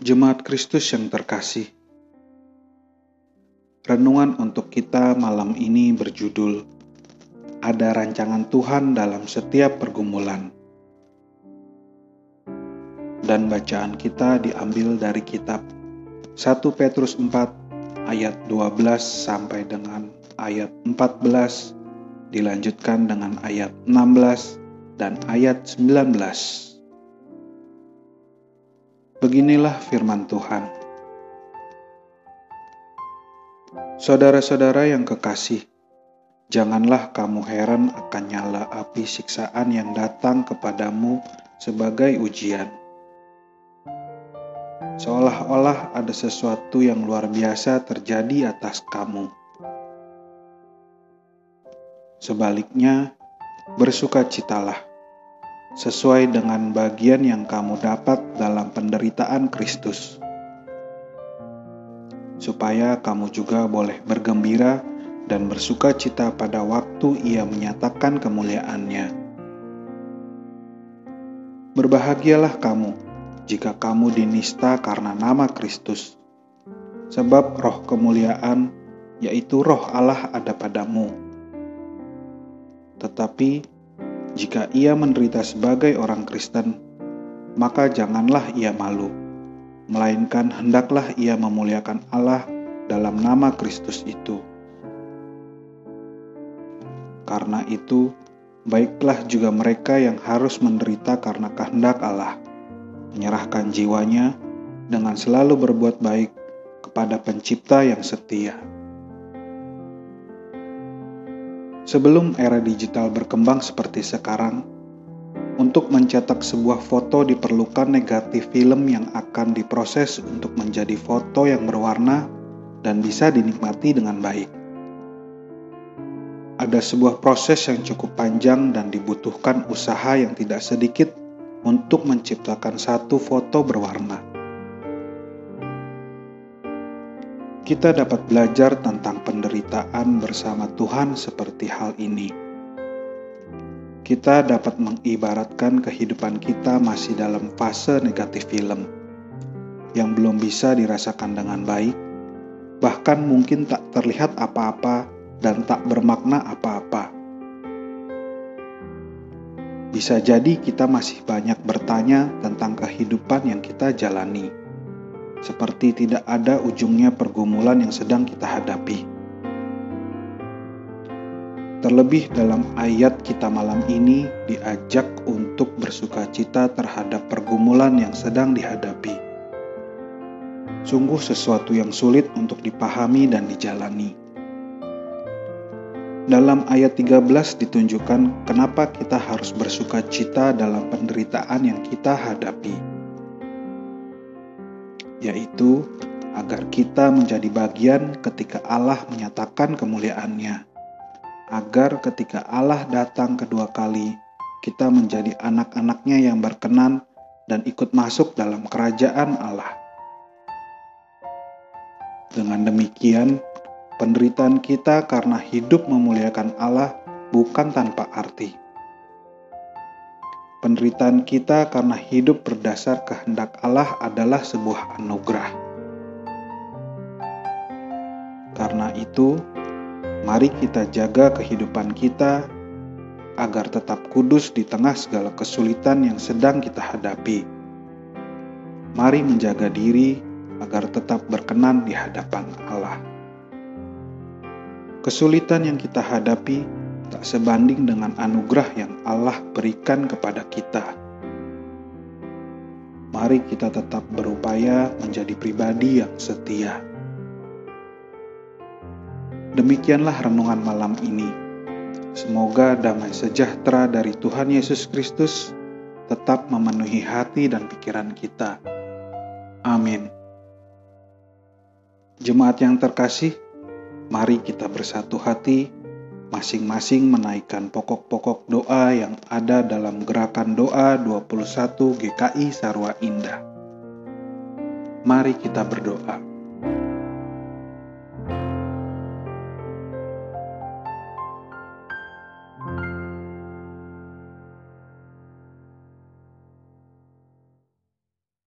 Jemaat Kristus yang terkasih, renungan untuk kita malam ini berjudul Ada Rancangan Tuhan dalam Setiap Pergumulan. Dan bacaan kita diambil dari kitab 1 Petrus 4 ayat 12 sampai dengan ayat 14, dilanjutkan dengan ayat 16 dan ayat 19. Beginilah firman Tuhan. Saudara-saudara yang kekasih, janganlah kamu heran akan nyala api siksaan yang datang kepadamu sebagai ujian. Seolah-olah ada sesuatu yang luar biasa terjadi atas kamu. Sebaliknya, bersukacitalah sesuai dengan bagian yang kamu dapat dalam penderitaan Kristus, supaya kamu juga boleh bergembira dan bersukacita pada waktu Ia menyatakan kemuliaannya. Berbahagialah kamu jika kamu dinista karena nama Kristus, sebab roh kemuliaan, yaitu roh Allah ada padamu. Tetapi jika ia menderita sebagai orang Kristen, maka janganlah ia malu, melainkan hendaklah ia memuliakan Allah dalam nama Kristus itu. Karena itu, baiklah juga mereka yang harus menderita karena kehendak Allah, menyerahkan jiwanya dengan selalu berbuat baik kepada Pencipta yang setia. Sebelum era digital berkembang seperti sekarang, untuk mencetak sebuah foto diperlukan negatif film yang akan diproses untuk menjadi foto yang berwarna dan bisa dinikmati dengan baik. Ada sebuah proses yang cukup panjang dan dibutuhkan usaha yang tidak sedikit untuk menciptakan satu foto berwarna. Kita dapat belajar tentang penderitaan bersama Tuhan seperti hal ini. Kita dapat mengibaratkan kehidupan kita masih dalam fase negatif film, yang belum bisa dirasakan dengan baik, bahkan mungkin tak terlihat apa-apa dan tak bermakna apa-apa. Bisa jadi kita masih banyak bertanya tentang kehidupan yang kita jalani, seperti tidak ada ujungnya pergumulan yang sedang kita hadapi. Terlebih dalam ayat kita malam ini diajak untuk bersukacita terhadap pergumulan yang sedang dihadapi. Sungguh sesuatu yang sulit untuk dipahami dan dijalani. Dalam ayat 13 ditunjukkan kenapa kita harus bersukacita dalam penderitaan yang kita hadapi, yaitu agar kita menjadi bagian ketika Allah menyatakan kemuliaannya, agar ketika Allah datang kedua kali, kita menjadi anak-anaknya yang berkenan dan ikut masuk dalam kerajaan Allah. Dengan demikian, penderitaan kita karena hidup memuliakan Allah bukan tanpa arti. Penderitaan kita karena hidup berdasar kehendak Allah adalah sebuah anugerah. Karena itu, mari kita jaga kehidupan kita agar tetap kudus di tengah segala kesulitan yang sedang kita hadapi. Mari menjaga diri agar tetap berkenan di hadapan Allah. Kesulitan yang kita hadapi tak sebanding dengan anugerah yang Allah berikan kepada kita. Mari kita tetap berupaya menjadi pribadi yang setia. Demikianlah renungan malam ini. Semoga damai sejahtera dari Tuhan Yesus Kristus tetap memenuhi hati dan pikiran kita. Amin. Jemaat yang terkasih, mari kita bersatu hati, masing-masing menaikkan pokok-pokok doa yang ada dalam gerakan doa 21 GKI Sarwa Indah. Mari kita berdoa.